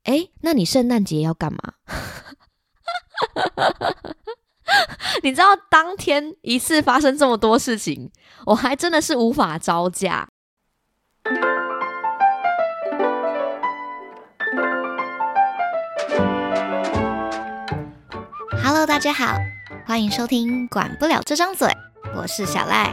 那你圣诞节要干嘛？你知道当天一次发生这么多事情，我还真的是无法招架。 Hello， 大家好，欢迎收听《管不了这张嘴》，我是小赖。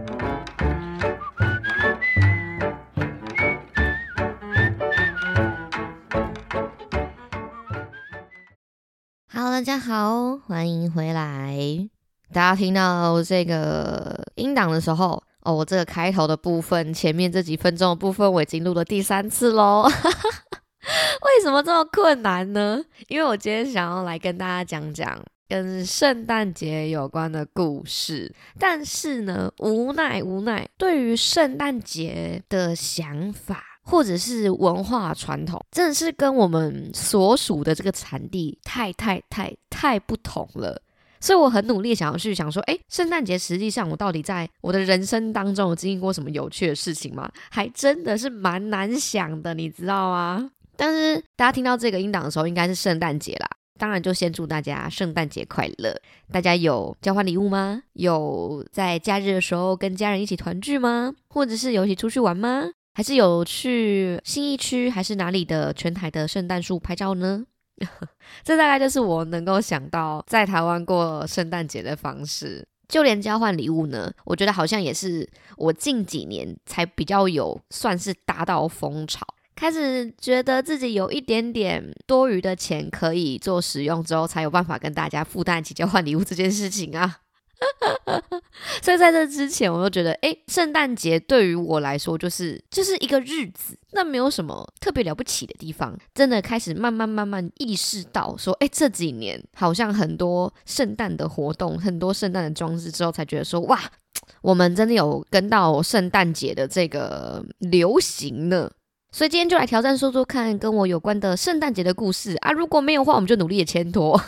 Hello， 大家好，欢迎回来。大家听到这个音档的时候，我这个开头的部分，前面这几分钟的部分，我已经录了第3次咯。为什么这么困难呢？因为我今天想要来跟大家讲讲跟圣诞节有关的故事，但是呢，无奈，对于圣诞节的想法或者是文化传统，真的是跟我们所属的这个产地太不同了。所以我很努力想要去想说，圣诞节实际上我到底在我的人生当中有经历过什么有趣的事情吗？还真的是蛮难想的，你知道吗？但是大家听到这个音档的时候应该是圣诞节啦，当然就先祝大家圣诞节快乐。大家有交换礼物吗？有在假日的时候跟家人一起团聚吗？或者是有一起出去玩吗？还是有去信义区还是哪里的全台的圣诞树拍照呢？这大概就是我能够想到在台湾过圣诞节的方式。就连交换礼物呢，我觉得好像也是我近几年才比较有算是达到风潮，开始觉得自己有一点点多余的钱可以做使用之后，才有办法跟大家负担起交换礼物这件事情啊。所以在这之前我就觉得圣诞节对于我来说就是一个日子，那没有什么特别了不起的地方。真的开始慢慢意识到说这几年好像很多圣诞的活动，很多圣诞的装饰之后，才觉得说哇，我们真的有跟到圣诞节的这个流行呢。所以今天就来挑战说说看跟我有关的圣诞节的故事啊，如果没有的话我们就努力的牵拖。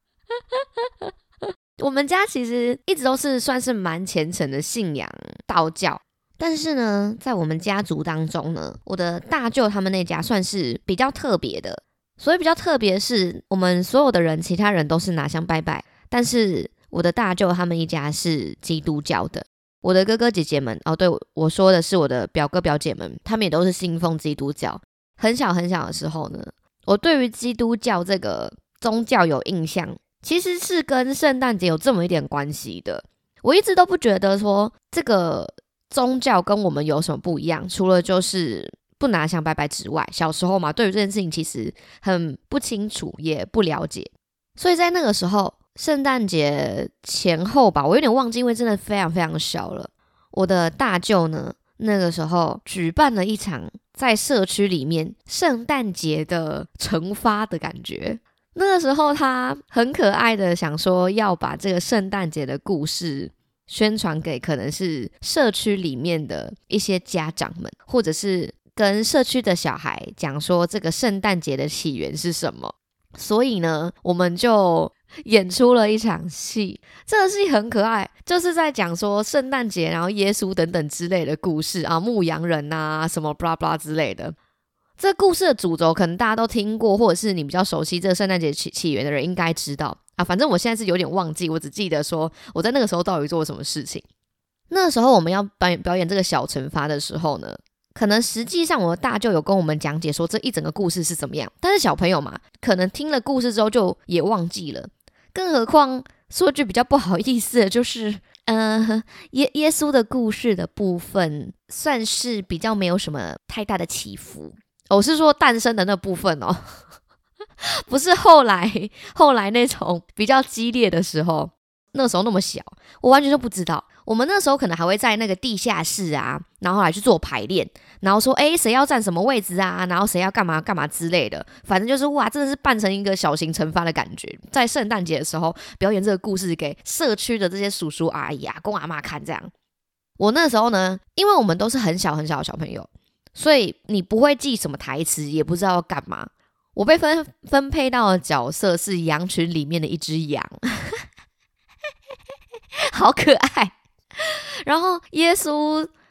我们家其实一直都是算是蛮虔诚的信仰道教，但是呢，在我们家族当中呢，我的大舅他们那家算是比较特别的。所以比较特别是，我们所有的人，其他人都是拿香拜拜，但是我的大舅他们一家是基督教的。我的哥哥姐姐们，对，我说的是我的表哥表姐们，他们也都是信奉基督教。很小的时候呢，我对于基督教这个宗教有印象，其实是跟圣诞节有这么一点关系的。我一直都不觉得说这个宗教跟我们有什么不一样，除了就是不拿香拜拜之外，小时候嘛，对于这件事情其实很不清楚也不了解。所以在那个时候圣诞节前后吧，我有点忘记，因为真的非常小了。我的大舅呢，那个时候举办了一场在社区里面圣诞节的惩罚的感觉。那个时候他很可爱的想说要把这个圣诞节的故事宣传给可能是社区里面的一些家长们，或者是跟社区的小孩讲说这个圣诞节的起源是什么。所以呢，我们就演出了一场戏，这个戏很可爱，就是在讲说圣诞节然后耶稣等等之类的故事啊，牧羊人啊什么 blah blah 之类的。这故事的主轴可能大家都听过，或者是你比较熟悉这个圣诞节起源的人应该知道啊。反正我现在是有点忘记，我只记得说我在那个时候到底做了什么事情。那个时候我们要表演这个小惩罚的时候呢，可能实际上我的大舅有跟我们讲解说这一整个故事是怎么样，但是小朋友嘛，可能听了故事之后就也忘记了。更何况说句比较不好意思的，就是耶稣的故事的部分算是比较没有什么太大的起伏。我是说诞生的那部分哦，不是后来那种比较激烈的时候。那时候那么小，我完全就不知道。我们那时候可能还会在那个地下室啊，然后来去做排练，然后说谁要站什么位置啊，然后谁要干嘛之类的。反正就是哇，真的是扮成一个小型惩罚的感觉，在圣诞节的时候表演这个故事给社区的这些叔叔阿姨阿公阿嬷看这样。我那时候呢，因为我们都是很小的小朋友，所以你不会记什么台词，也不知道要干嘛。我被分配到的角色是羊群里面的一只羊。好可爱。然后耶稣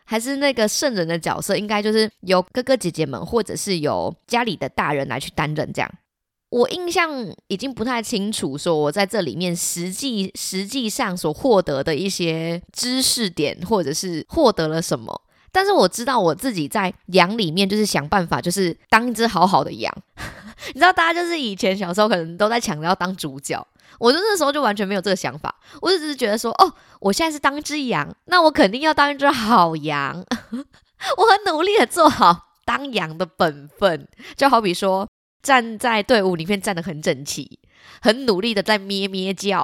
还是那个圣人的角色，应该就是由哥哥姐姐们或者是由家里的大人来去担任这样。我印象已经不太清楚，说我在这里面实际上所获得的一些知识点，或者是获得了什么。但是我知道我自己在羊里面就是想办法，就是当一只好好的羊。你知道，大家就是以前小时候可能都在抢着要当主角，我就那时候就完全没有这个想法，我就只是觉得说，哦，我现在是当一只羊，那我肯定要当一只好羊。我很努力的做好当羊的本分，就好比说站在队伍里面站得很整齐，很努力的在咩咩叫。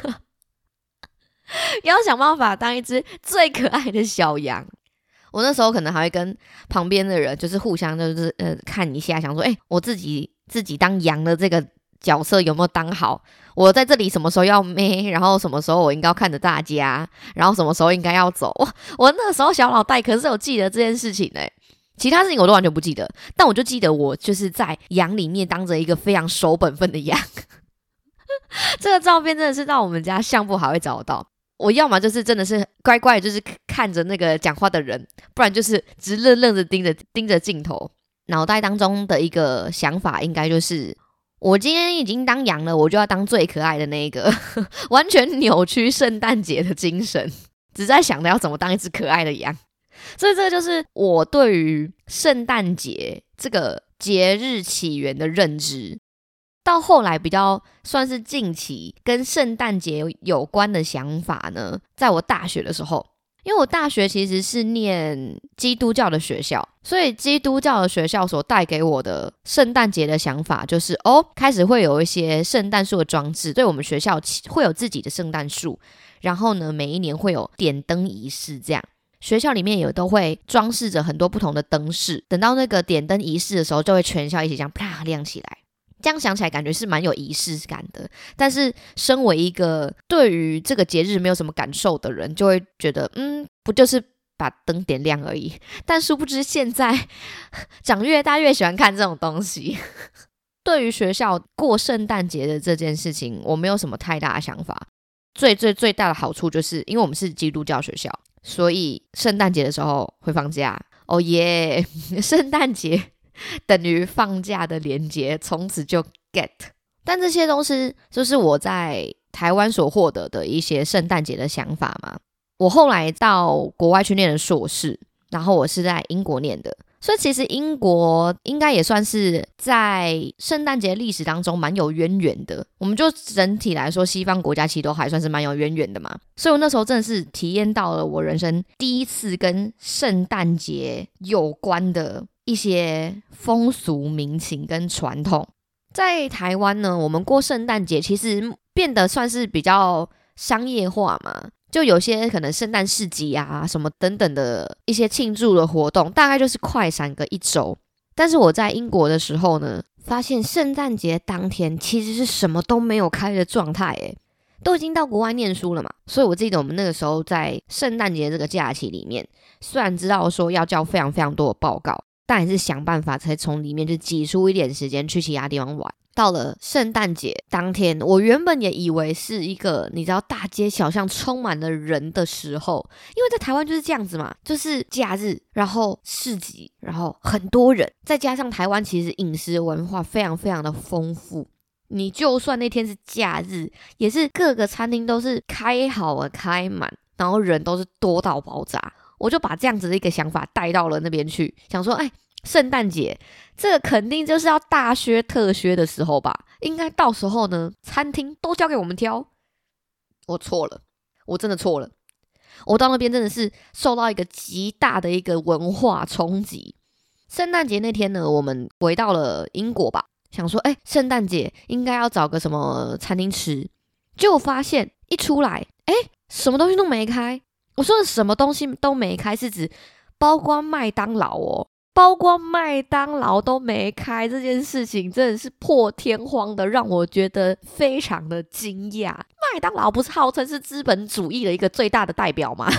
要想办法当一只最可爱的小羊。我那时候可能还会跟旁边的人就是互相就是看一下，想说我自己当羊的这个角色有没有当好，我在这里什么时候要咩，然后什么时候我应该要看着大家，然后什么时候应该要走。我那时候小脑袋可是有记得这件事情其他事情我都完全不记得，但我就记得我就是在羊里面当着一个非常守本分的羊。这个照片真的是到我们家相簿还会找到。我要么就是真的是乖乖就是看着那个讲话的人，不然就是直愣愣的盯着镜头。脑袋当中的一个想法应该就是，我今天已经当羊了，我就要当最可爱的那一个。完全扭曲圣诞节的精神，只在想着要怎么当一只可爱的羊。所以这个就是我对于圣诞节这个节日起源的认知。到后来比较算是近期跟圣诞节有关的想法呢，在我大学的时候，因为我大学其实是念基督教的学校，所以基督教的学校所带给我的圣诞节的想法就是开始会有一些圣诞树的装置，对，我们学校会有自己的圣诞树，然后呢每一年会有点灯仪式，这样学校里面也都会装饰着很多不同的灯饰，等到那个点灯仪式的时候，就会全校一起这样啪亮起来。这样想起来感觉是蛮有仪式感的，但是身为一个对于这个节日没有什么感受的人，就会觉得不就是把灯点亮而已。但殊不知现在长越大越喜欢看这种东西。对于学校过圣诞节的这件事情，我没有什么太大的想法。最大的好处就是因为我们是基督教学校，所以圣诞节的时候会放假。耶，圣诞节等于放假的连结，从此就 get。 但这些都是就是我在台湾所获得的一些圣诞节的想法嘛。我后来到国外去念的硕士，然后我是在英国念的，所以其实英国应该也算是在圣诞节历史当中蛮有渊源的。我们就整体来说，西方国家其实都还算是蛮有渊源的嘛。所以我那时候真的是体验到了我人生第一次跟圣诞节有关的一些风俗民情跟传统。在台湾呢，我们过圣诞节其实变得算是比较商业化嘛，就有些可能圣诞市集啊什么等等的一些庆祝的活动，大概就是快闪个1周。但是我在英国的时候呢，发现圣诞节当天其实是什么都没有开的状态都已经到国外念书了嘛，所以我记得我们那个时候在圣诞节这个假期里面，虽然知道说要交非常非常多的报告，但还是想办法才从里面就挤出一点时间去其他地方玩。到了圣诞节当天，我原本也以为是一个你知道大街小巷充满了人的时候，因为在台湾就是这样子嘛，就是假日然后市集然后很多人，再加上台湾其实饮食文化非常非常的丰富，你就算那天是假日，也是各个餐厅都是开好了开满，然后人都是多到爆炸。我就把这样子的一个想法带到了那边去，想说圣诞节这个肯定就是要大削特削的时候吧，应该到时候呢餐厅都交给我们挑。我错了，我真的错了。我到那边真的是受到一个极大的一个文化冲击。圣诞节那天呢，我们回到了英国吧，想说圣诞节应该要找个什么餐厅吃，结果发现一出来什么东西都没开。我说的什么东西都没开是指包括麦当劳包括麦当劳都没开，这件事情真的是破天荒的让我觉得非常的惊讶。麦当劳不是号称是资本主义的一个最大的代表吗？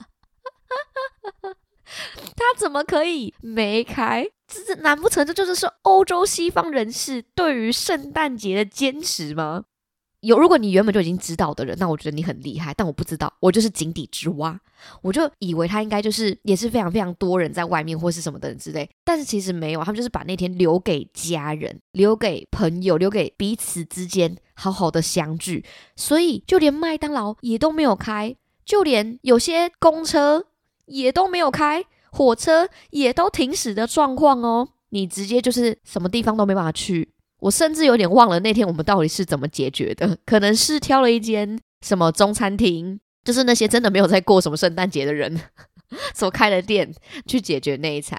他怎么可以没开？这难不成这就是欧洲西方人士对于圣诞节的坚持吗？ 如果你原本就已经知道的人，那我觉得你很厉害，但我不知道，我就是井底之蛙，我就以为他应该就是也是非常非常多人在外面或是什么的之类，但是其实没有，他们就是把那天留给家人，留给朋友，留给彼此之间好好的相聚，所以就连麦当劳也都没有开，就连有些公车也都没有开，火车也都停驶的状况哦，你直接就是什么地方都没办法去。我甚至有点忘了那天我们到底是怎么解决的，可能是挑了一间什么中餐厅，就是那些真的没有在过什么圣诞节的人所开的店去解决那一餐。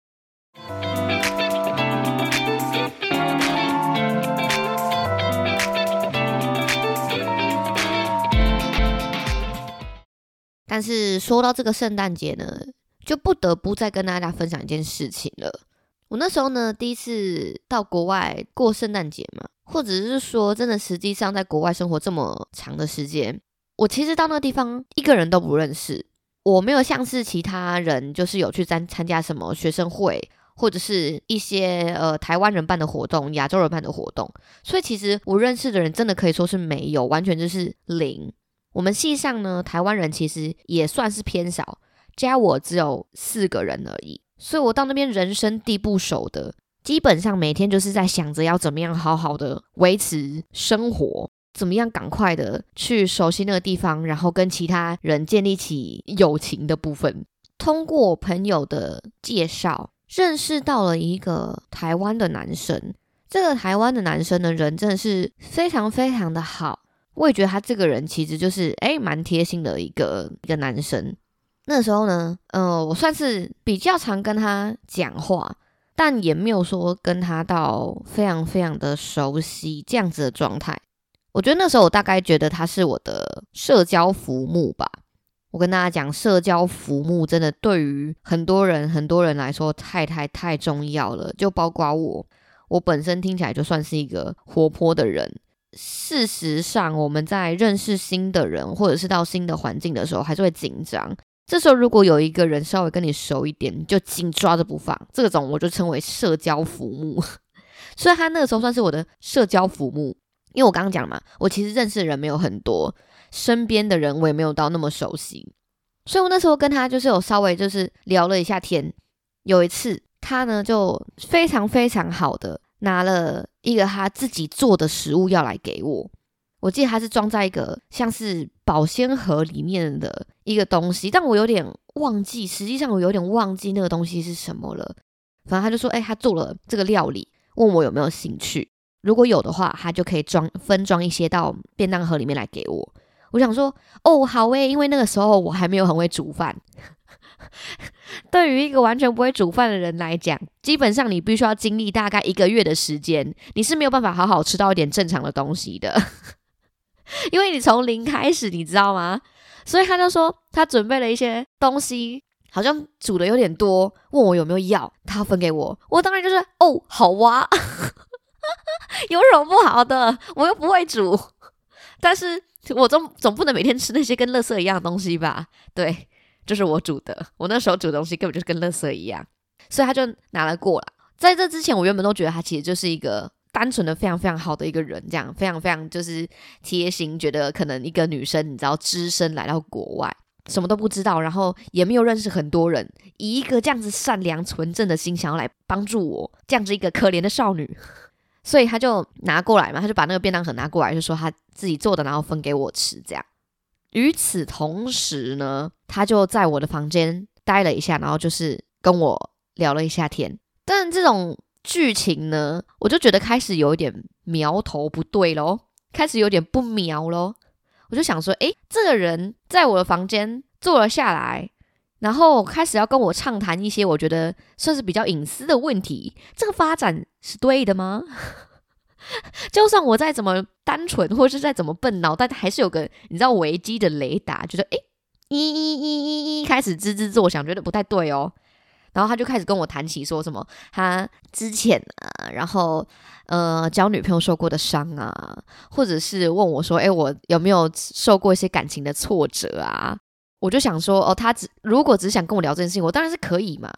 但是说到这个圣诞节呢，就不得不再跟大家分享一件事情了。我那时候呢，第一次到国外过圣诞节嘛，或者是说真的实际上在国外生活这么长的时间，我其实到那个地方一个人都不认识，我没有像是其他人就是有去参加什么学生会，或者是一些台湾人办的活动，亚洲人办的活动，所以其实我认识的人真的可以说是没有，完全就是零。我们系上呢，台湾人其实也算是偏少，加我只有4个人而已。所以我到那边人生地不熟的，基本上每天就是在想着要怎么样好好的维持生活，怎么样赶快的去熟悉那个地方，然后跟其他人建立起友情的部分。通过我朋友的介绍，认识到了一个台湾的男生。这个台湾的男生的人真的是非常非常的好，我也觉得他这个人其实就是蛮贴心的一个男生。那时候呢，我算是比较常跟他讲话，但也没有说跟他到非常非常的熟悉这样子的状态。我觉得那时候我大概觉得他是我的社交浮木吧。我跟大家讲，社交浮木真的对于很多人来说太重要了，就包括我本身听起来就算是一个活泼的人。事实上，我们在认识新的人或者是到新的环境的时候，还是会紧张。这时候如果有一个人稍微跟你熟一点，你就紧抓着不放，这种我就称为社交浮木。所以他那个时候算是我的社交浮木，因为我刚刚讲嘛，我其实认识的人没有很多，身边的人我也没有到那么熟悉，所以我那时候跟他就是有稍微就是聊了一下天。有一次他呢就非常非常好的拿了一个他自己做的食物要来给我，我记得他是装在一个像是保鲜盒里面的一个东西，但我有点忘记，实际上我有点忘记那个东西是什么了。反正他就说他做了这个料理，问我有没有兴趣，如果有的话他就可以分装一些到便当盒里面来给我。我想说好因为那个时候我还没有很会煮饭。对于一个完全不会煮饭的人来讲，基本上你必须要经历大概1个月的时间，你是没有办法好好吃到一点正常的东西的。因为你从零开始，你知道吗？所以他就说他准备了一些东西，好像煮的有点多，问我有没有要，他要分给我。我当然就是好啊。有什么不好的？我又不会煮，但是我总不能每天吃那些跟垃圾一样的东西吧？对，就是我煮的，我那时候煮的东西根本就是跟垃圾一样，所以他就拿了过来。在这之前，我原本都觉得他其实就是一个单纯的非常非常好的一个人，这样非常非常就是贴心，觉得可能一个女生你知道只身来到国外什么都不知道，然后也没有认识很多人，以一个这样子善良纯正的心想要来帮助我这样子一个可怜的少女。所以他就拿过来嘛，他就把那个便当盒拿过来，就说他自己做的，然后分给我吃这样。与此同时呢，他就在我的房间待了一下，然后就是跟我聊了一下天。但这种剧情呢，我就觉得开始有一点苗头不对咯，开始有点不妙咯。我就想说这个人在我的房间坐了下来，然后开始要跟我畅谈一些我觉得算是比较隐私的问题，这个发展是对的吗？就算我再怎么单纯或是再怎么笨，脑袋还是有个你知道危机的雷达，觉得开始吱吱作响，觉得不太对哦。然后他就开始跟我谈起说什么他之前然后交女朋友受过的伤啊，或者是问我说我有没有受过一些感情的挫折啊。我就想说他如果只想跟我聊这件事情，我当然是可以嘛。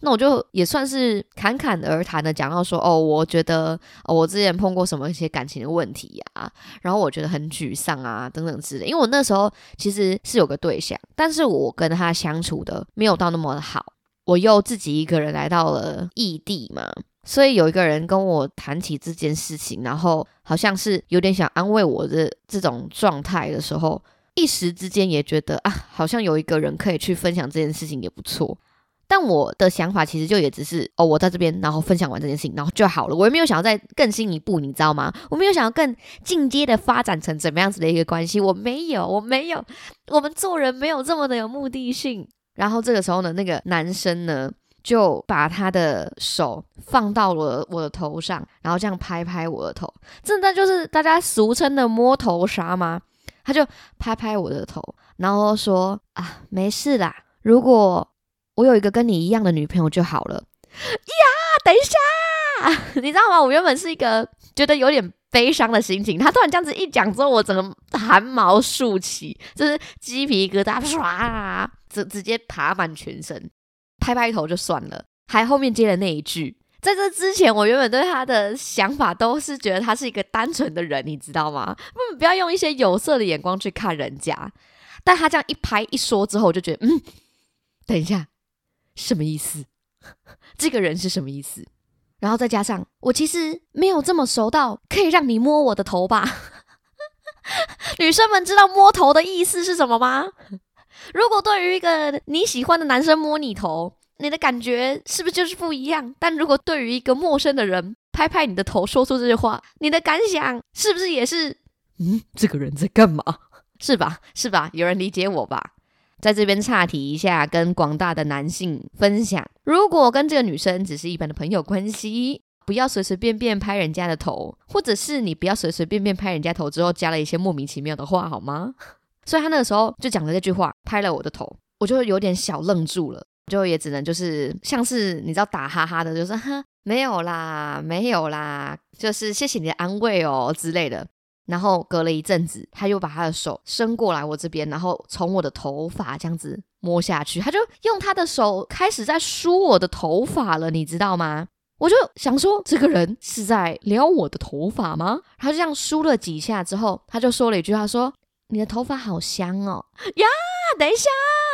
那我就也算是侃侃而谈的讲到说，我觉得我之前碰过什么一些感情的问题啊，然后我觉得很沮丧啊等等之类。因为我那时候其实是有个对象，但是我跟他相处的没有到那么的好，我又自己一个人来到了异地嘛，所以有一个人跟我谈起这件事情，然后好像是有点想安慰我的这种状态的时候，一时之间也觉得好像有一个人可以去分享这件事情也不错。但我的想法其实就也只是我在这边然后分享完这件事情然后就好了，我也没有想要再更进一步，你知道吗？我没有想要更进阶的发展成怎么样子的一个关系，我没有，我们做人没有这么的有目的性。然后这个时候呢，那个男生呢就把他的手放到了我的头上，然后这样拍拍我的头，真的就是大家俗称的摸头杀吗？他就拍拍我的头，然后说没事啦，如果我有一个跟你一样的女朋友就好了。等一下，你知道吗？我原本是一个觉得有点悲伤的心情，他突然这样子一讲之后，我整个汗毛竖起，就是鸡皮疙瘩唰直接爬满全身。拍拍头就算了，还后面接了那一句。在这之前，我原本对他的想法都是觉得他是一个单纯的人，你知道吗？不要用一些有色的眼光去看人家。但他这样一拍一说之后，我就觉得等一下，什么意思？这个人是什么意思？然后再加上我其实没有这么熟到可以让你摸我的头吧。女生们知道摸头的意思是什么吗？如果对于一个你喜欢的男生摸你头，你的感觉是不是就是不一样？但如果对于一个陌生的人拍拍你的头说出这句话，你的感想是不是也是这个人在干嘛？是吧？有人理解我吧？在这边岔题一下，跟广大的男性分享，如果跟这个女生只是一般的朋友关系，不要随随便便拍人家的头，或者是你不要随随便便拍人家头之后加了一些莫名其妙的话，好吗？所以他那个时候就讲了这句话，拍了我的头，我就有点小愣住了，就也只能就是像是你知道打哈哈的，就是没有啦，就是谢谢你的安慰哦之类的。然后隔了一阵子，他又把他的手伸过来我这边，然后从我的头发这样子摸下去，他就用他的手开始在梳我的头发了，你知道吗？我就想说这个人是在撩我的头发吗？他就这样梳了几下之后，他就说了一句，他说你的头发好香哦呀，等一下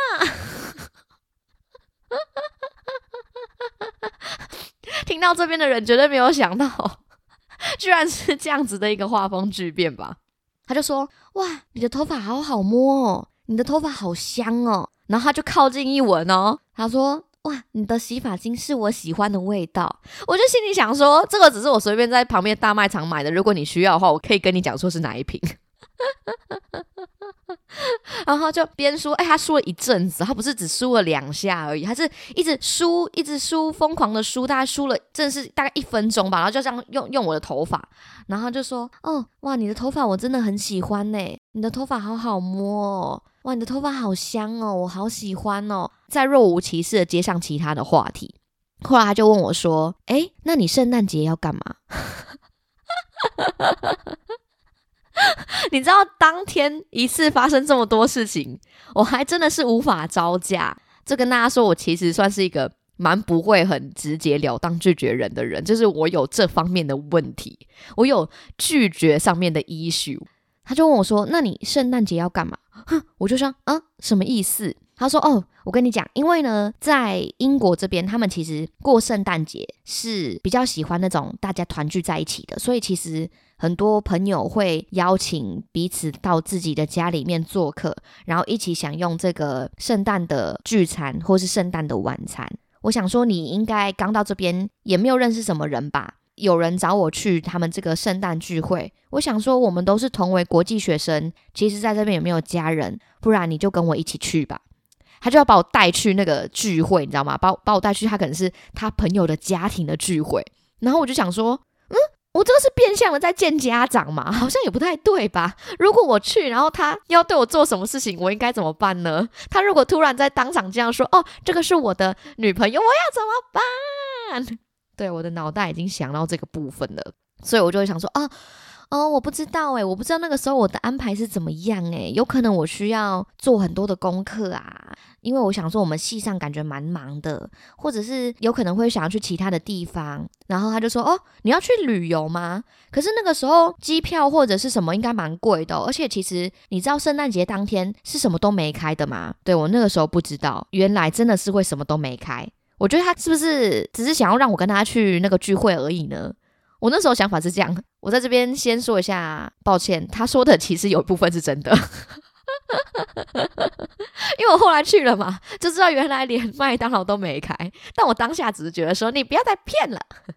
听到这边的人绝对没有想到居然是这样子的一个画风巨变吧。他就说哇，你的头发好好摸哦，你的头发好香哦，然后他就靠近一闻哦，他说哇，你的洗发精是我喜欢的味道。我就心里想说，这个只是我随便在旁边大卖场买的，如果你需要的话，我可以跟你讲说是哪一瓶然后就边梳，他梳了一阵子，他不是只梳了2下而已，他是一直梳，疯狂的梳，大概梳了真的是大概1分钟吧，然后就这样用我的头发，然后就说哇，你的头发我真的很喜欢耶，你的头发好好摸哦，哇，你的头发好香哦，我好喜欢哦，再若无其事的接上其他的话题。后来他就问我说那你圣诞节要干嘛？你知道当天一次发生这么多事情，我还真的是无法招架。这跟大家说，我其实算是一个蛮不会很直截了当拒绝人的人，就是我有这方面的问题，我有拒绝上面的 issue。 他就问我说那你圣诞节要干嘛？我就说什么意思？他说我跟你讲，因为呢在英国这边他们其实过圣诞节是比较喜欢那种大家团聚在一起的，所以其实很多朋友会邀请彼此到自己的家里面做客，然后一起享用这个圣诞的聚餐或是圣诞的晚餐。我想说你应该刚到这边也没有认识什么人吧，有人找我去他们这个圣诞聚会，我想说我们都是同为国际学生，其实在这边也没有家人，不然你就跟我一起去吧。他就要把我带去那个聚会，你知道吗？把我带去他可能是他朋友的家庭的聚会。然后我就想说我这个是变相的在见家长嘛，好像也不太对吧？如果我去然后他要对我做什么事情，我应该怎么办呢？他如果突然在当场这样说这个是我的女朋友，我要怎么办？对，我的脑袋已经想到这个部分了，所以我就会想说我不知道我不知道那个时候我的安排是怎么样有可能我需要做很多的功课啊，因为我想说我们系上感觉蛮忙的，或者是有可能会想要去其他的地方，然后他就说你要去旅游吗？可是那个时候机票或者是什么应该蛮贵的而且其实你知道圣诞节当天是什么都没开的吗？对，我那个时候不知道，原来真的是会什么都没开。我觉得他是不是只是想要让我跟他去那个聚会而已呢？我那时候想法是这样，我在这边先说一下，抱歉，他说的其实有一部分是真的因为我后来去了嘛，就知道原来连麦当劳都没开，但我当下只是觉得说你不要再骗了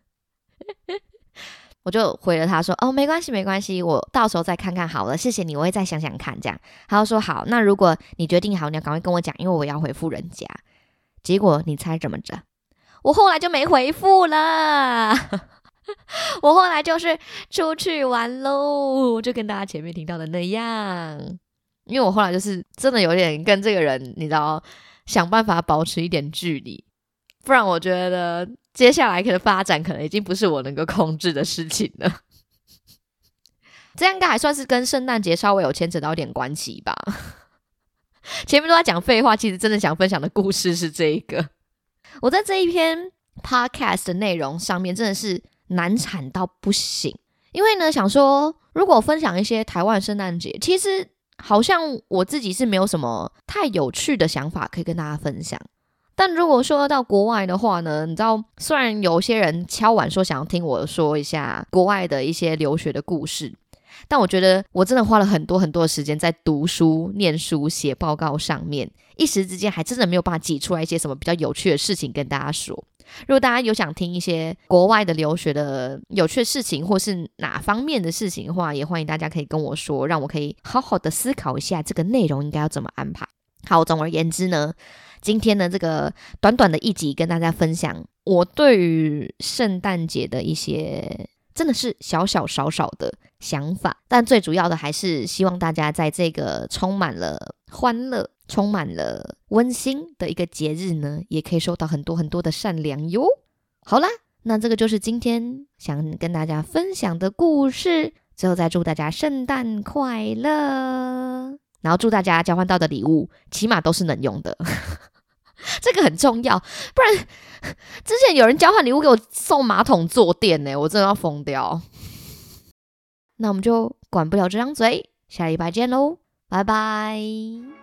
我就回了他说没关系没关系，我到时候再看看好了，谢谢你，我会再想想看这样。他就说好，那如果你决定好你要赶快跟我讲，因为我要回复人家。结果你猜怎么着？我后来就没回复了我后来就是出去玩咯，就跟大家前面听到的那样。因为我后来就是真的有点跟这个人你知道想办法保持一点距离，不然我觉得接下来的发展可能已经不是我能够控制的事情了这样应该还算是跟圣诞节稍微有牵扯到一点关系吧前面都在讲废话，其实真的想分享的故事是这一个。我在这一篇 podcast 的内容上面真的是难产到不行，因为呢想说如果分享一些台湾圣诞节，其实好像我自己是没有什么太有趣的想法可以跟大家分享。但如果说到国外的话呢，你知道虽然有些人敲碗说想要听我说一下国外的一些留学的故事，但我觉得我真的花了很多很多的时间在读书、念书、写报告上面，一时之间还真的没有办法挤出来一些什么比较有趣的事情跟大家说。如果大家有想听一些国外的留学的有趣的事情，或是哪方面的事情的话，也欢迎大家可以跟我说，让我可以好好的思考一下这个内容应该要怎么安排。好，总而言之呢，今天的这个短短的一集跟大家分享我对于圣诞节的一些真的是小小少少的想法，但最主要的还是希望大家在这个充满了欢乐、充满了温馨的一个节日呢，也可以收到很多很多的善良哟。好啦，那这个就是今天想跟大家分享的故事，最后再祝大家圣诞快乐，然后祝大家交换到的礼物起码都是能用的这个很重要，不然之前有人交换礼物给我送马桶坐垫我真的要疯掉。那我们就管不了这张嘴，下礼拜见咯，拜拜。